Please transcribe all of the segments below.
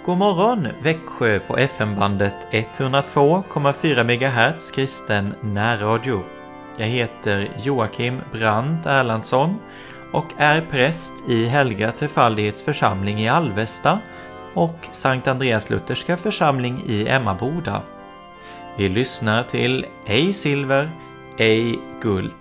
God morgon Växjö på FM-bandet 102,4 MHz kristen närradio. Jag heter Joakim Brandt Erlandsson och är präst i Helga Trefaldighets församling i Alvesta och Sankt Andreas Lutherska församling i Emmaboda. Vi lyssnar till Ej silver, ej guld.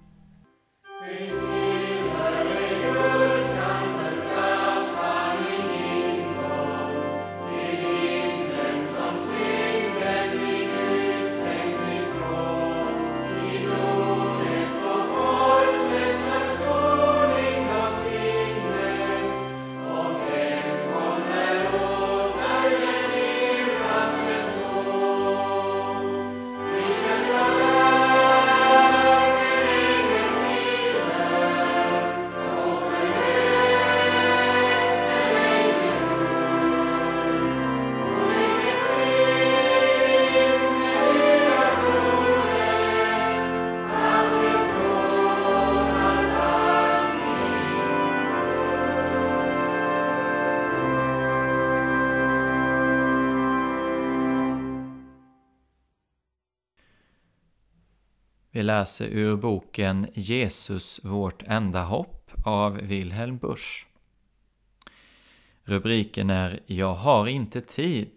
Vi läser ur boken Jesus, vårt enda hopp av Wilhelm Busch. Rubriken är Jag har inte tid.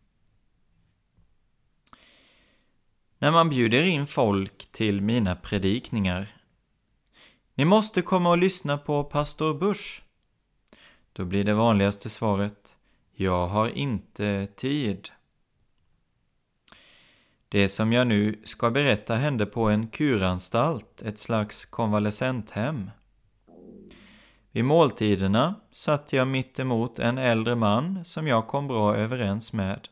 När man bjuder in folk till mina predikningar: Ni måste komma och lyssna på pastor Busch. Då blir det vanligaste svaret: Jag har inte tid. Det som jag nu ska berätta hände på en kuranstalt, ett slags konvalescenthem. Vid måltiderna satt jag mitt emot en äldre man som jag kom bra överens med.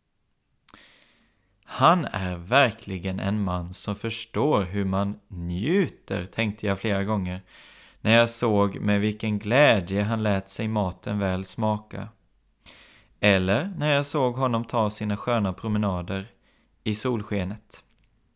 Han är verkligen en man som förstår hur man njuter, tänkte jag flera gånger, när jag såg med vilken glädje han lät sig maten väl smaka. Eller när jag såg honom ta sina sköna promenader i solskenet.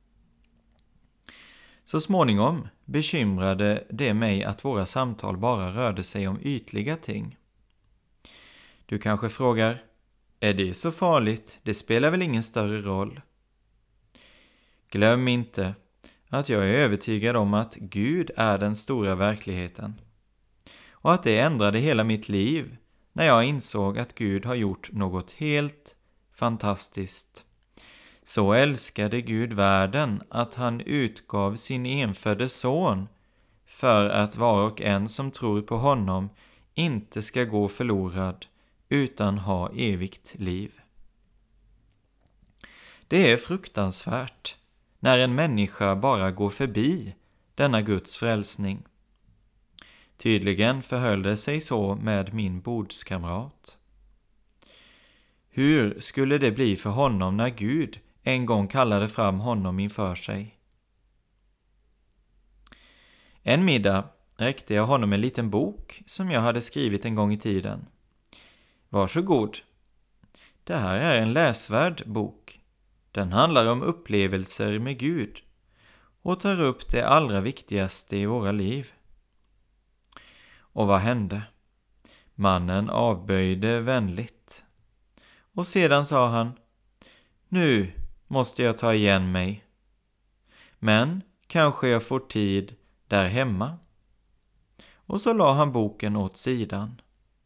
Så småningom bekymrade det mig att våra samtal bara rörde sig om ytliga ting. Du kanske frågar: är det så farligt? Det spelar väl ingen större roll? Glöm inte att jag är övertygad om att Gud är den stora verkligheten. Och att det ändrade hela mitt liv när jag insåg att Gud har gjort något helt fantastiskt. Så älskade Gud världen att han utgav sin enfödde son för att var och en som tror på honom inte ska gå förlorad utan ha evigt liv. Det är fruktansvärt när en människa bara går förbi denna Guds frälsning. Tydligen förhöll det sig så med min bordskamrat. Hur skulle det bli för honom när Gud en gång kallade fram honom inför sig? En middag räckte jag honom en liten bok som jag hade skrivit en gång i tiden. Varsågod. Det här är en läsvärd bok. Den handlar om upplevelser med Gud och tar upp det allra viktigaste i våra liv. Och vad hände? Mannen avböjde vänligt. Och sedan sa han: Nu måste jag ta igen mig. Men kanske jag får tid där hemma. Och så la han boken åt sidan.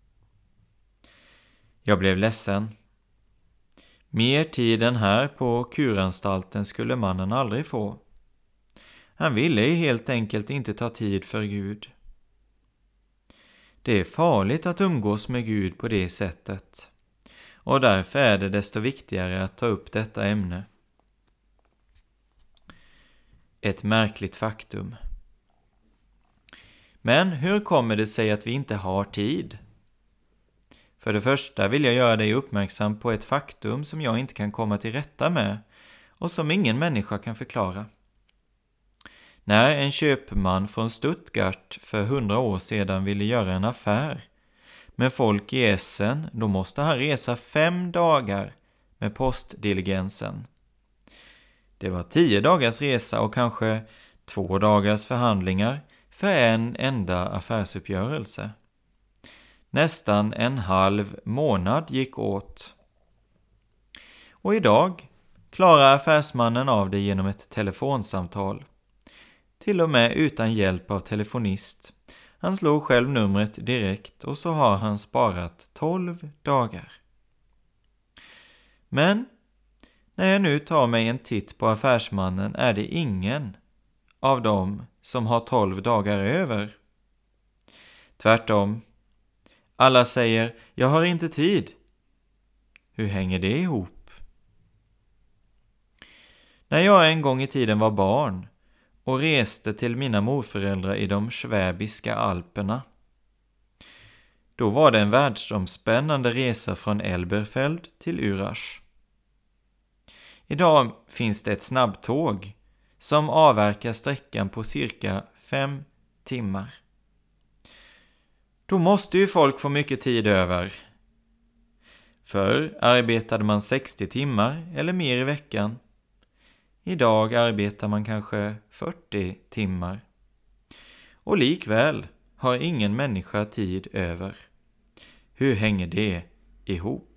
Jag blev ledsen. Mer tid än här på kuranstalten skulle mannen aldrig få. Han ville helt enkelt inte ta tid för Gud. Det är farligt att umgås med Gud på det sättet. Och därför är det desto viktigare att ta upp detta ämne. Ett märkligt faktum. Men hur kommer det sig att vi inte har tid? För det första vill jag göra dig uppmärksam på ett faktum som jag inte kan komma till rätta med och som ingen människa kan förklara. När en köpman från Stuttgart för 100 år sedan ville göra en affär med folk i Essen, då måste han resa 5 dagar med postdiligensen. Det var 10 dagars resa och kanske 2 dagars förhandlingar för en enda affärsuppgörelse. Nästan en halv månad gick åt. Och idag klarar affärsmannen av det genom ett telefonsamtal. Till och med utan hjälp av telefonist. Han slog själv numret direkt och så har han sparat 12 dagar. Men när jag nu tar mig en titt på affärsmannen är det ingen av dem som har 12 dagar över. Tvärtom. Alla säger, jag har inte tid. Hur hänger det ihop? När jag en gång i tiden var barn och reste till mina morföräldrar i de schwäbiska alperna, då var det en världsomspännande resa från Elberfeld till Urasch. Idag finns det ett snabbtåg som avverkar sträckan på cirka 5 timmar. Då måste ju folk få mycket tid över. Förr arbetade man 60 timmar eller mer i veckan. Idag arbetar man kanske 40 timmar. Och likväl har ingen människa tid över. Hur hänger det ihop?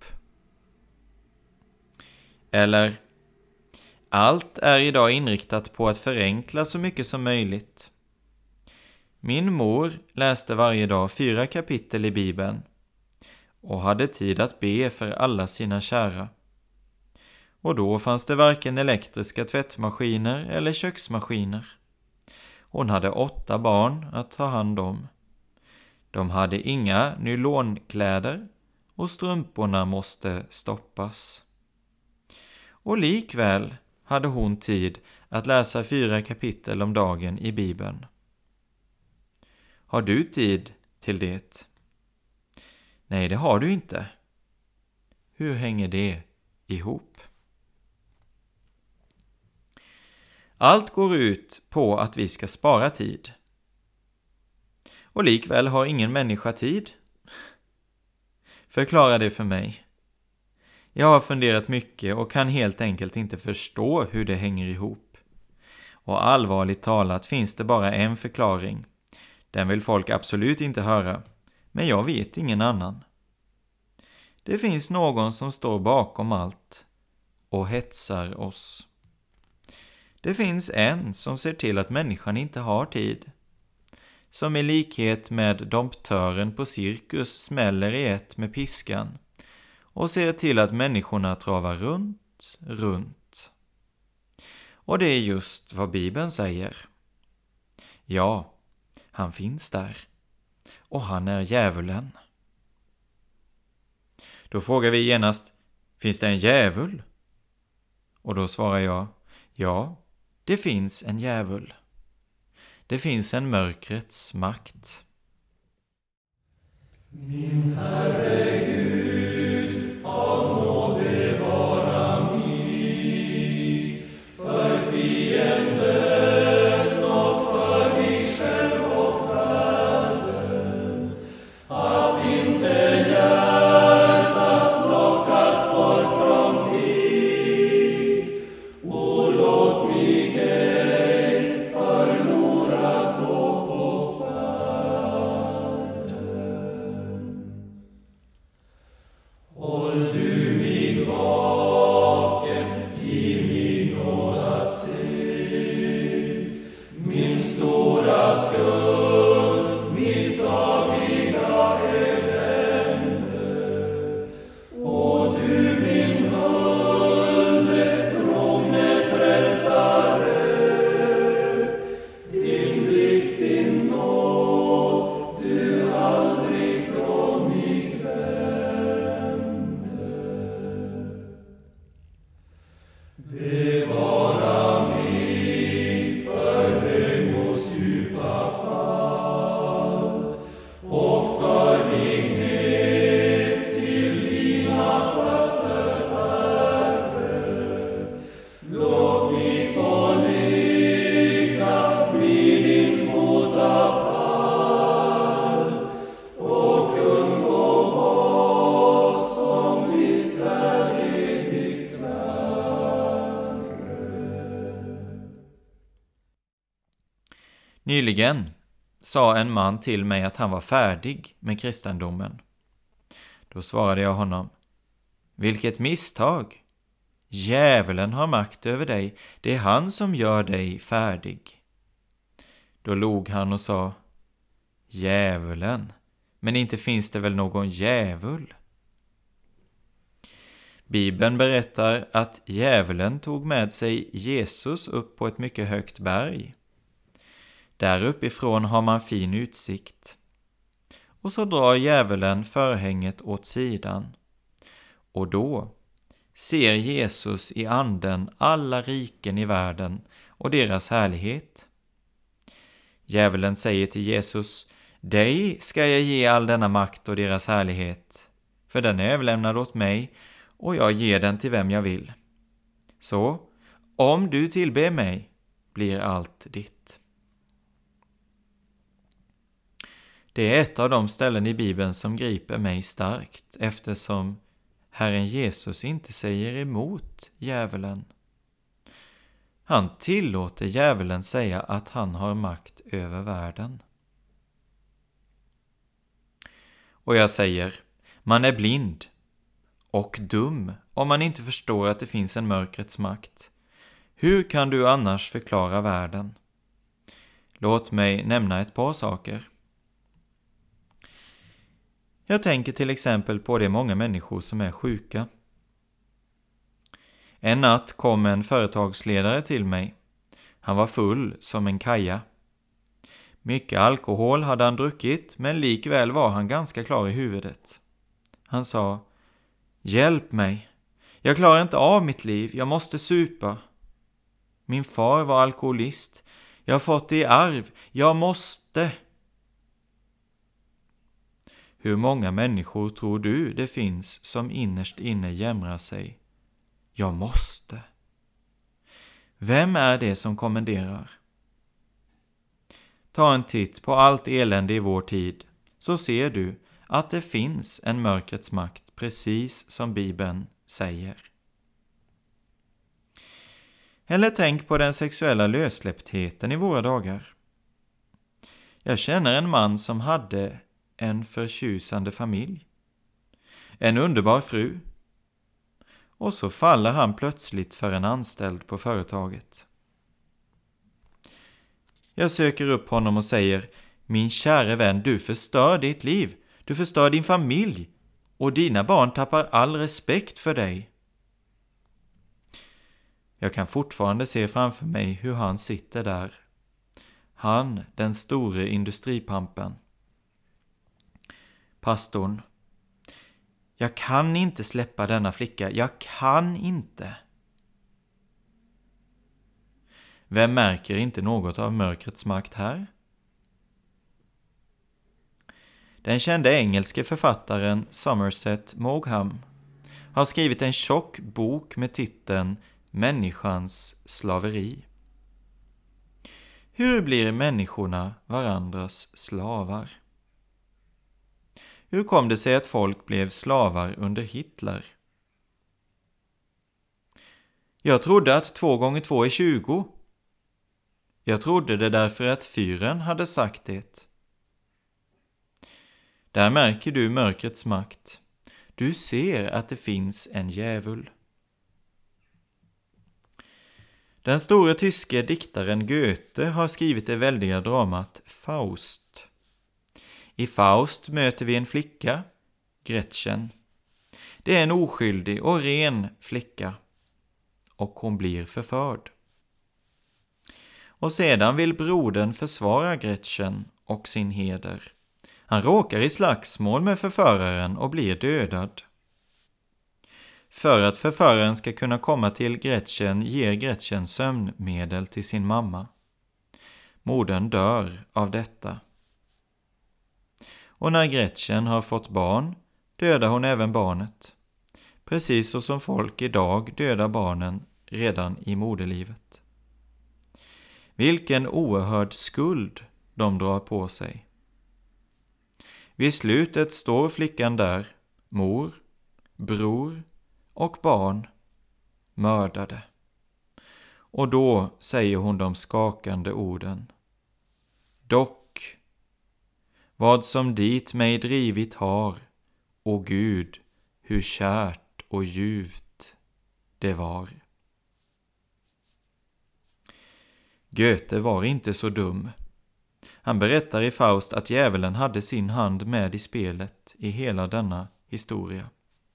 Eller, allt är idag inriktat på att förenkla så mycket som möjligt. Min mor läste varje dag 4 kapitel i Bibeln och hade tid att be för alla sina kära. Och då fanns det varken elektriska tvättmaskiner eller köksmaskiner. Hon hade 8 barn att ta hand om. De hade inga nylonkläder och strumporna måste stoppas. Och likväl hade hon tid att läsa 4 kapitel om dagen i Bibeln. Har du tid till det? Nej, det har du inte. Hur hänger det ihop? Allt går ut på att vi ska spara tid. Och likväl har ingen människa tid. Förklara det för mig. Jag har funderat mycket och kan helt enkelt inte förstå hur det hänger ihop. Och allvarligt talat finns det bara en förklaring. Den vill folk absolut inte höra, men jag vet ingen annan. Det finns någon som står bakom allt och hetsar oss. Det finns en som ser till att människan inte har tid. Som i likhet med domptören på cirkus smäller i ett med piskan och ser till att människorna travar runt. Och det är just vad Bibeln säger. Ja, han finns där. Och han är djävulen. Då frågar vi genast, finns det en djävul? Och då svarar jag, ja, det finns en djävul. Det finns en mörkrets makt. Min Herre Gud, av nåd bevara mig för fienden och för mig själv och världen, att inte hjärtat lockas bort från dig, och låt mig ej förlora gå på färden. Håll du mig vaken, giv mig nåd att se min stora skuld, mitt dagliga elände. Och du min hulde, trogna frälsare, din blick, din nåd, du aldrig från mig vände. Bevara mig för Remos djupa fall och för mig ned till dina fötter, Herre. Låt mig få ligga vid din fotapall och undgå vad som visst är evigt värre. Nyligen sa en man till mig att han var färdig med kristendomen. Då svarade jag honom: vilket misstag! Djävulen har makt över dig, det är han som gör dig färdig. Då log han och sa: djävulen, men inte finns det väl någon djävul? Bibeln berättar att djävulen tog med sig Jesus upp på ett mycket högt berg. Där uppifrån har man fin utsikt. Och så drar djävulen förhänget åt sidan. Och då ser Jesus i anden alla riken i världen och deras härlighet. Djävulen säger till Jesus: dig ska jag ge all denna makt och deras härlighet, för den är överlämnad åt mig och jag ger den till vem jag vill. Så, om du tillber mig, blir allt ditt. Det är ett av de ställen i Bibeln som griper mig starkt, eftersom Herren Jesus inte säger emot djävulen. Han tillåter djävulen säga att han har makt över världen. Och jag säger, man är blind och dum om man inte förstår att det finns en mörkrets makt. Hur kan du annars förklara världen? Låt mig nämna ett par saker. Jag tänker till exempel på de många människor som är sjuka. En natt kom en företagsledare till mig. Han var full som en kaja. Mycket alkohol hade han druckit, men likväl var han ganska klar i huvudet. Han sa: hjälp mig. Jag klarar inte av mitt liv, jag måste supa. Min far var alkoholist. Jag har fått det i arv, jag måste. Hur många människor tror du det finns som innerst inne jämrar sig? Jag måste. Vem är det som kommenderar? Ta en titt på allt elände i vår tid, så ser du att det finns en mörkrets makt, precis som Bibeln säger. Eller tänk på den sexuella lössläpptheten i våra dagar. Jag känner en man som hade en förtjusande familj, en underbar fru, och så faller han plötsligt för en anställd på företaget. Jag söker upp honom och säger: min käre vän, du förstör ditt liv, du förstör din familj och dina barn tappar all respekt för dig. Jag kan fortfarande se framför mig hur han sitter där. Han, den store industripampen. Pastorn: jag kan inte släppa denna flicka, jag kan inte. Vem märker inte något av mörkrets makt här? Den kände engelske författaren Somerset Maugham har skrivit en tjock bok med titeln Människans slaveri. Hur blir människorna varandras slavar? Hur kom det sig att folk blev slavar under Hitler? Jag trodde att 2 gånger 2 är 20. Jag trodde det därför att Führern hade sagt det. Där märker du mörkrets makt. Du ser att det finns en djävul. Den store tyske diktaren Goethe har skrivit det väldiga dramat Faust. I Faust möter vi en flicka, Gretchen. Det är en oskyldig och ren flicka. Och hon blir förförd. Och sedan vill brodern försvara Gretchen och sin heder. Han råkar i slagsmål med förföraren och blir dödad. För att förföraren ska kunna komma till Gretchen ger Gretchen sömnmedel till sin mamma. Modern dör av detta. Och när Gretchen har fått barn dödar hon även barnet. Precis så som folk idag dödar barnen redan i moderlivet. Vilken oerhörd skuld de drar på sig. Vid slutet står flickan där, mor, bror och barn, mördade. Och då säger hon de skakande orden: dock, vad som dit mig drivit har, O Gud, hur kärt och ljuvt det var. Goethe var inte så dum. Han berättar i Faust att djävulen hade sin hand med i spelet i hela denna historia.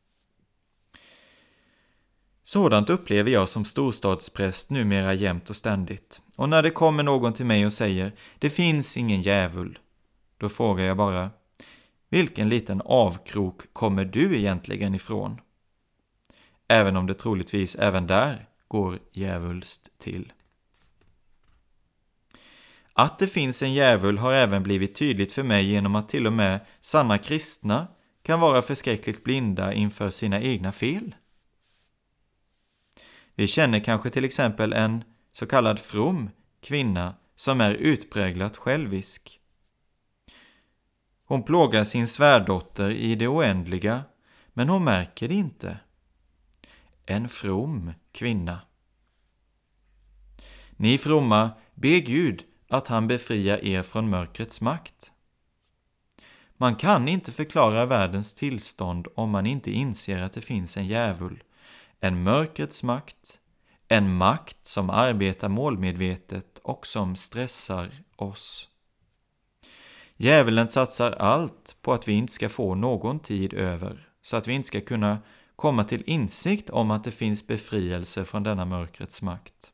Sådant upplever jag som storstadspräst numera jämt och ständigt. Och när det kommer någon till mig och säger, det finns ingen djävul, då frågar jag bara, vilken liten avkrok kommer du egentligen ifrån? Även om det troligtvis även där går djävulskt till. Att det finns en djävul har även blivit tydligt för mig genom att till och med sanna kristna kan vara förskräckligt blinda inför sina egna fel. Vi känner kanske till exempel en så kallad from kvinna som är utpräglat självisk. Hon plågar sin svärdotter i det oändliga, men hon märker det inte. En from kvinna. Ni fromma, be Gud att han befriar er från mörkrets makt. Man kan inte förklara världens tillstånd om man inte inser att det finns en djävul, en mörkrets makt, en makt som arbetar målmedvetet och som stressar oss. Djävulen satsar allt på att vi inte ska få någon tid över, så att vi inte ska kunna komma till insikt om att det finns befrielse från denna mörkrets makt.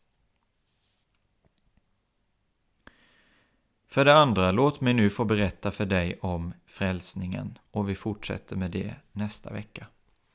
För det andra, låt mig nu få berätta för dig om frälsningen, och vi fortsätter med det nästa vecka.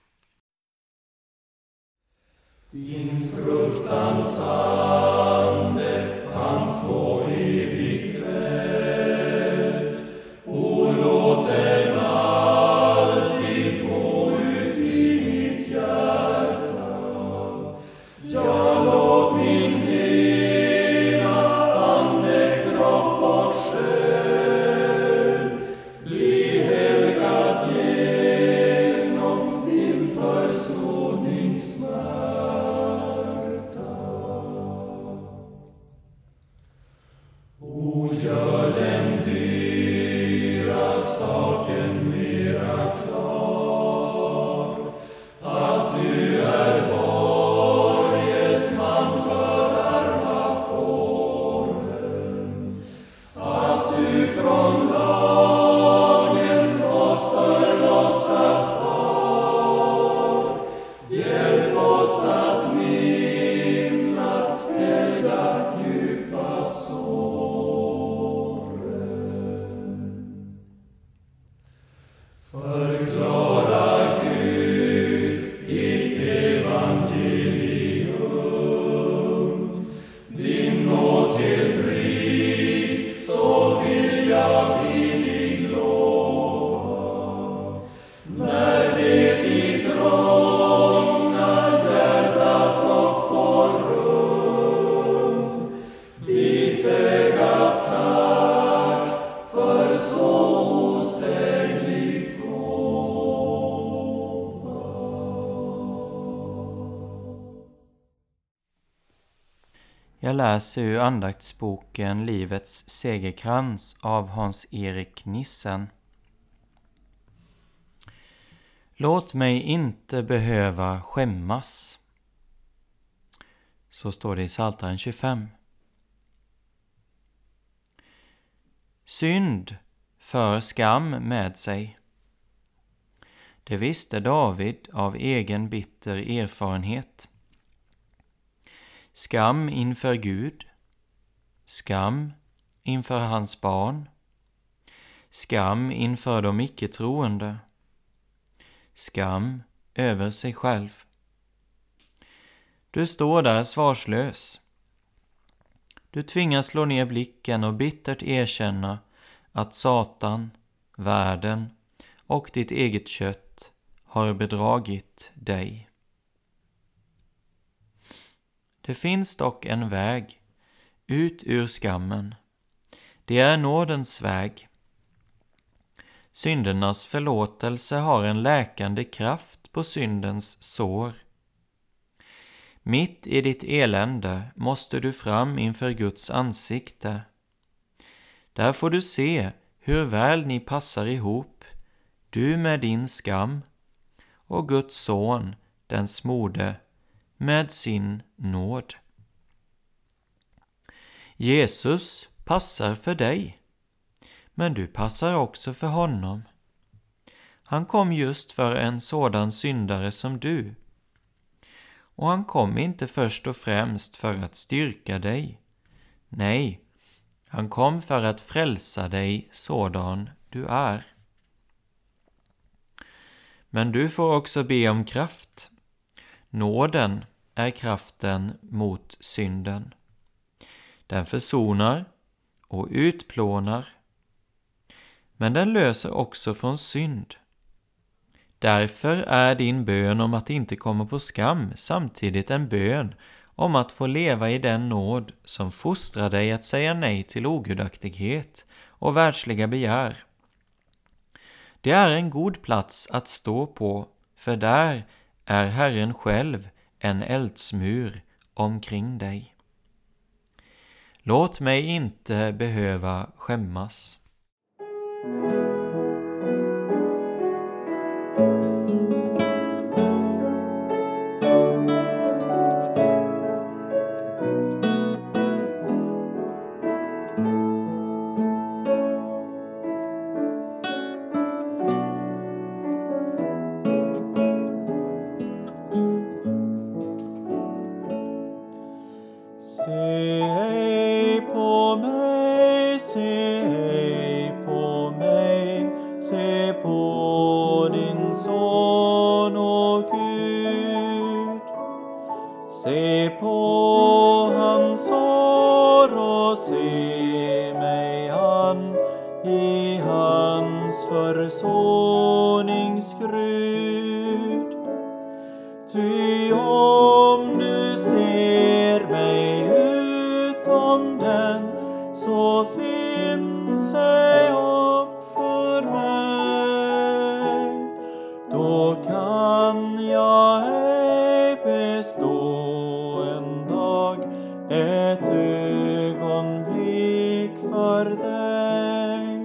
Din fruktans ande kan två evigt väl, och låt den alltid gå ut i mitt hjärta. Ja, låt min hela ande, kropp och själ bli helgad genom din försoningssmärta. O, gör den dyra saken mera klar, att du är borgesman för arma fåren, att du från lagen oss förlossat har. Hjälp oss att minnas helga djupa såren. Förklara Gud ditt evangelium, din nåd till pris, så vill jag vid dig lova. När det i trånga hjärtat och får rum, vi säga tack för så osäglig gåva. Jag läser ur andaktsboken Livets segerkrans av Hans-Erik Nissen. Låt mig inte behöva skämmas. Så står det i Psaltaren 25. Synd för skam med sig. Det visste David av egen bitter erfarenhet. Skam inför Gud, skam inför hans barn, skam inför de icke-troende, skam över sig själv. Du står där svarslös. Du tvingas slå ner blicken och bittert erkänna att Satan, världen och ditt eget kött har bedragit dig. Det finns dock en väg ut ur skammen. Det är nådens väg. Syndernas förlåtelse har en läkande kraft på syndens sår. Mitt i ditt elände måste du fram inför Guds ansikte. Där får du se hur väl ni passar ihop, du med din skam, och Guds son, den smorde, med sin nåd. Jesus passar för dig, men du passar också för honom. Han kom just för en sådan syndare som du. Och han kom inte först och främst för att styrka dig. Nej, han kom för att frälsa dig sådan du är. Men du får också be om kraft. Nåden är kraften mot synden. Den försonar och utplånar. Men den löser också från synd. Därför är din bön om att inte komma på skam samtidigt en bön om att få leva i den nåd som fostrar dig att säga nej till ogudaktighet och världsliga begär. Det är en god plats att stå på, för där är Herren själv en eldsmur omkring dig. Låt mig inte behöva skämmas. Se på hans sår och se mig an i hans försoningsskrud. Ty om du ser mig utom den, så finns ej hopp för mig. Då kan jag ej bestå en dag, ett ögonblick för dig.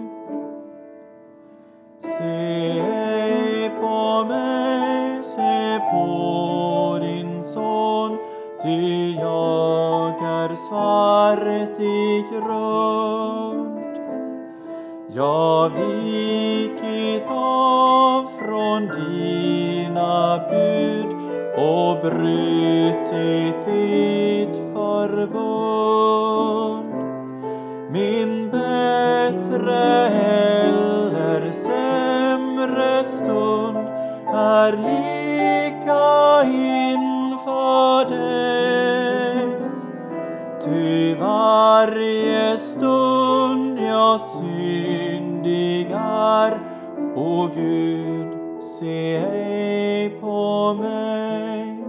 Se ej på mig, se på din son, ty jag är svart i grund. Jag vikit av från dina bud och brutit ditt förbund. Min bättre eller sämre stund är lika inför dig. Ty varje stund jag syndig är, o Gud, se ej på mig.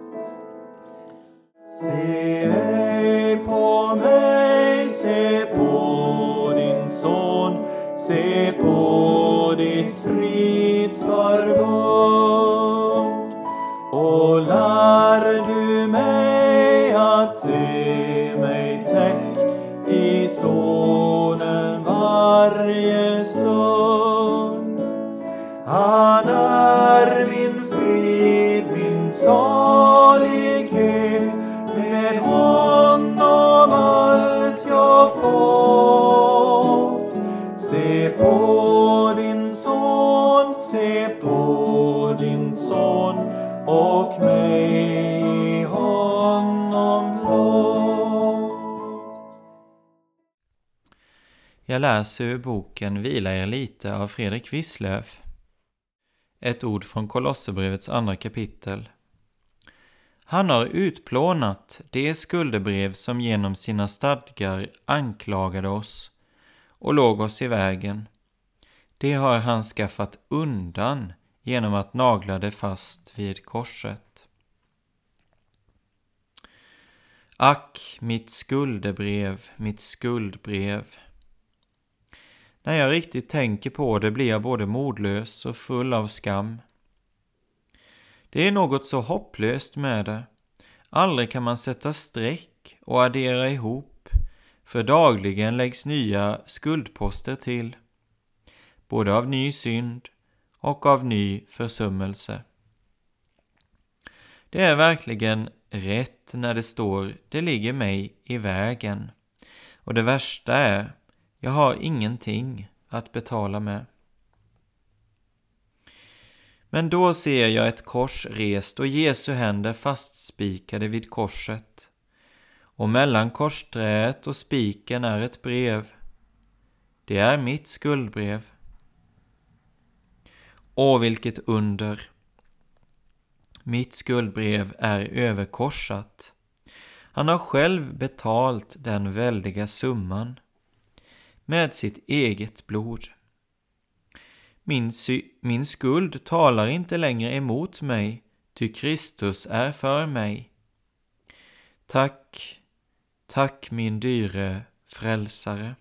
Se ej på mig, se på din son, se på ditt fridsförbund. Och lär du mig att se mig täck i sonen varje stund. Han är min frid, min salighet, med honom allt jag fått. Se på din son, se på din son, och mig i honom låt. Jag läser ur boken Vila er lite av Fredrik Wisslöf. Ett ord från Kolosserbrevets 2 kapitel. Han har utplånat det skuldebrev som genom sina stadgar anklagade oss och låg oss i vägen. Det har han skaffat undan genom att nagla det fast vid korset. Ack, mitt skuldebrev, mitt skuldbrev. När jag riktigt tänker på det blir jag både modlös och full av skam. Det är något så hopplöst med det. Aldrig kan man sätta streck och addera ihop, för dagligen läggs nya skuldposter till, både av ny synd och av ny försummelse. Det är verkligen rätt när det står det ligger mig i vägen. Och det värsta är, jag har ingenting att betala med. Men då ser jag ett kors rest och Jesu händer fastspikade vid korset. Och mellan korsträet och spiken är ett brev. Det är mitt skuldbrev. Åh, vilket under! Mitt skuldbrev är överkorsat. Han har själv betalt den väldiga summan med sitt eget blod. Min skuld talar inte längre emot mig, ty Kristus är för mig. Tack, tack min dyre frälsare.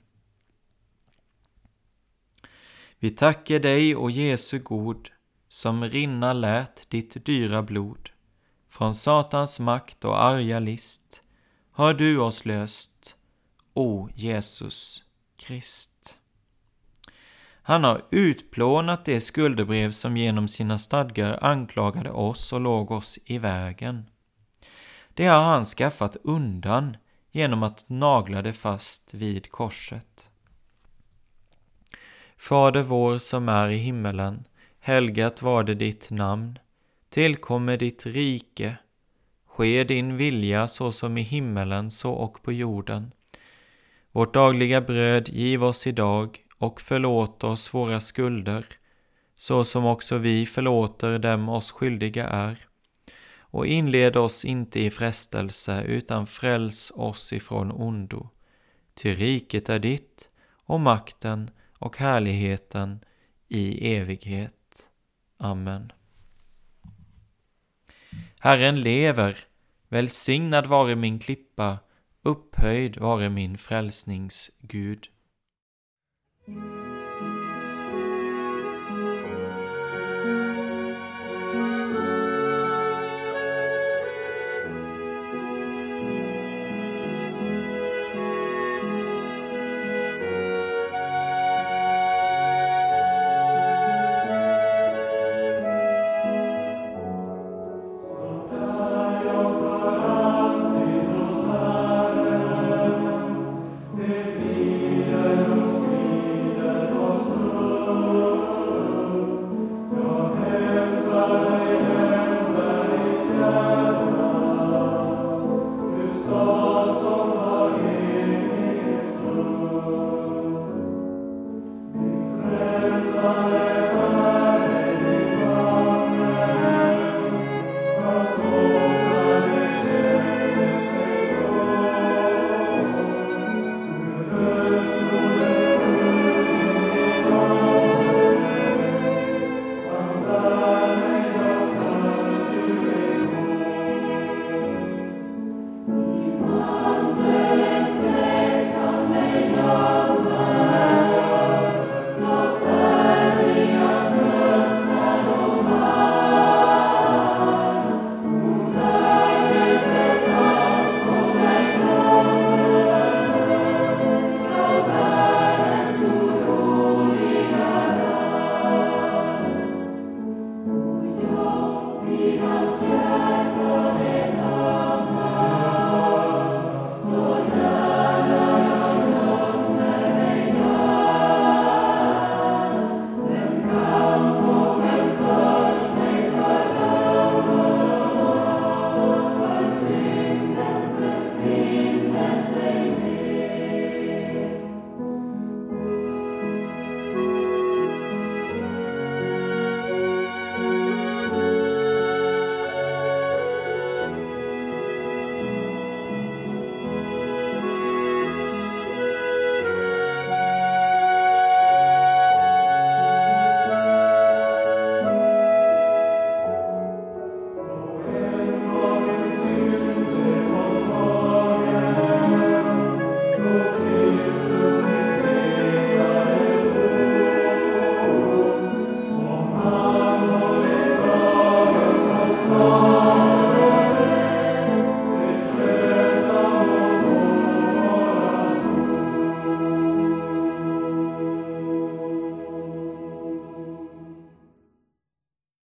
Vi tackar dig, o Jesu god, som rinna lät ditt dyra blod. Från Satans makt och arga list har du oss löst, o Jesus Krist. Han har utplånat det skuldebrev som genom sina stadgar anklagade oss och låg oss i vägen. Det har han skaffat undan genom att nagla det fast vid korset. Fader vår som är i himmelen, helgat var det ditt namn. Tillkommer ditt rike. Ske din vilja så som i himmelen så och på jorden. Vårt dagliga bröd giv oss idag och förlåt oss våra skulder, så som också vi förlåter dem oss skyldiga är. Och inled oss inte i frestelse, utan fräls oss ifrån ondo. Ty riket är ditt, och makten och härligheten i evighet. Amen. Herren lever, välsignad vare min klippa, upphöjd vare min frälsningsgud. Vi hans